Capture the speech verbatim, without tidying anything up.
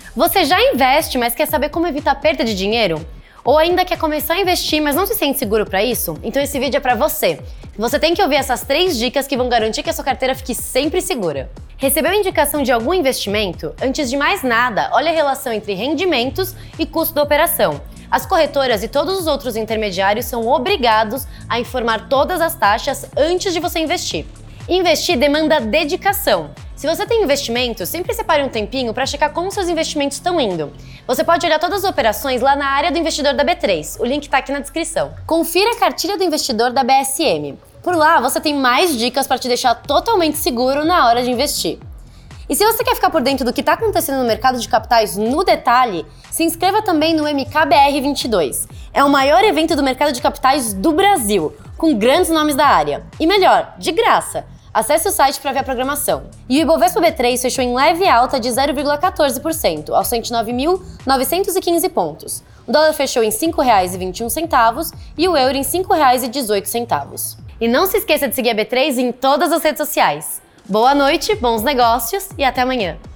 Você já investe, mas quer saber como evitar perda de dinheiro? Ou ainda quer começar a investir, mas não se sente seguro para isso? Então esse vídeo é para você. Você tem que ouvir essas três dicas que vão garantir que a sua carteira fique sempre segura. Recebeu indicação de algum investimento? Antes de mais nada, olhe a relação entre rendimentos e custo da operação. As corretoras e todos os outros intermediários são obrigados a informar todas as taxas antes de você investir. Investir demanda dedicação. Se você tem investimento, sempre separe um tempinho para checar como seus investimentos estão indo. Você pode olhar todas as operações lá na área do investidor da B três, o link está aqui na descrição. Confira a cartilha do investidor da B S M. Por lá, você tem mais dicas para te deixar totalmente seguro na hora de investir. E se você quer ficar por dentro do que está acontecendo no mercado de capitais no detalhe, se inscreva também no M K B R vinte e dois. É o maior evento do mercado de capitais do Brasil, com grandes nomes da área. E melhor, de graça. Acesse o site para ver a programação. E o Ibovespa B três fechou em leve alta de zero vírgula quatorze por cento, aos cento e nove mil novecentos e quinze pontos. O dólar fechou em cinco reais e vinte e um centavos e o euro em cinco reais e dezoito centavos. E não se esqueça de seguir a B três em todas as redes sociais. Boa noite, bons negócios e até amanhã!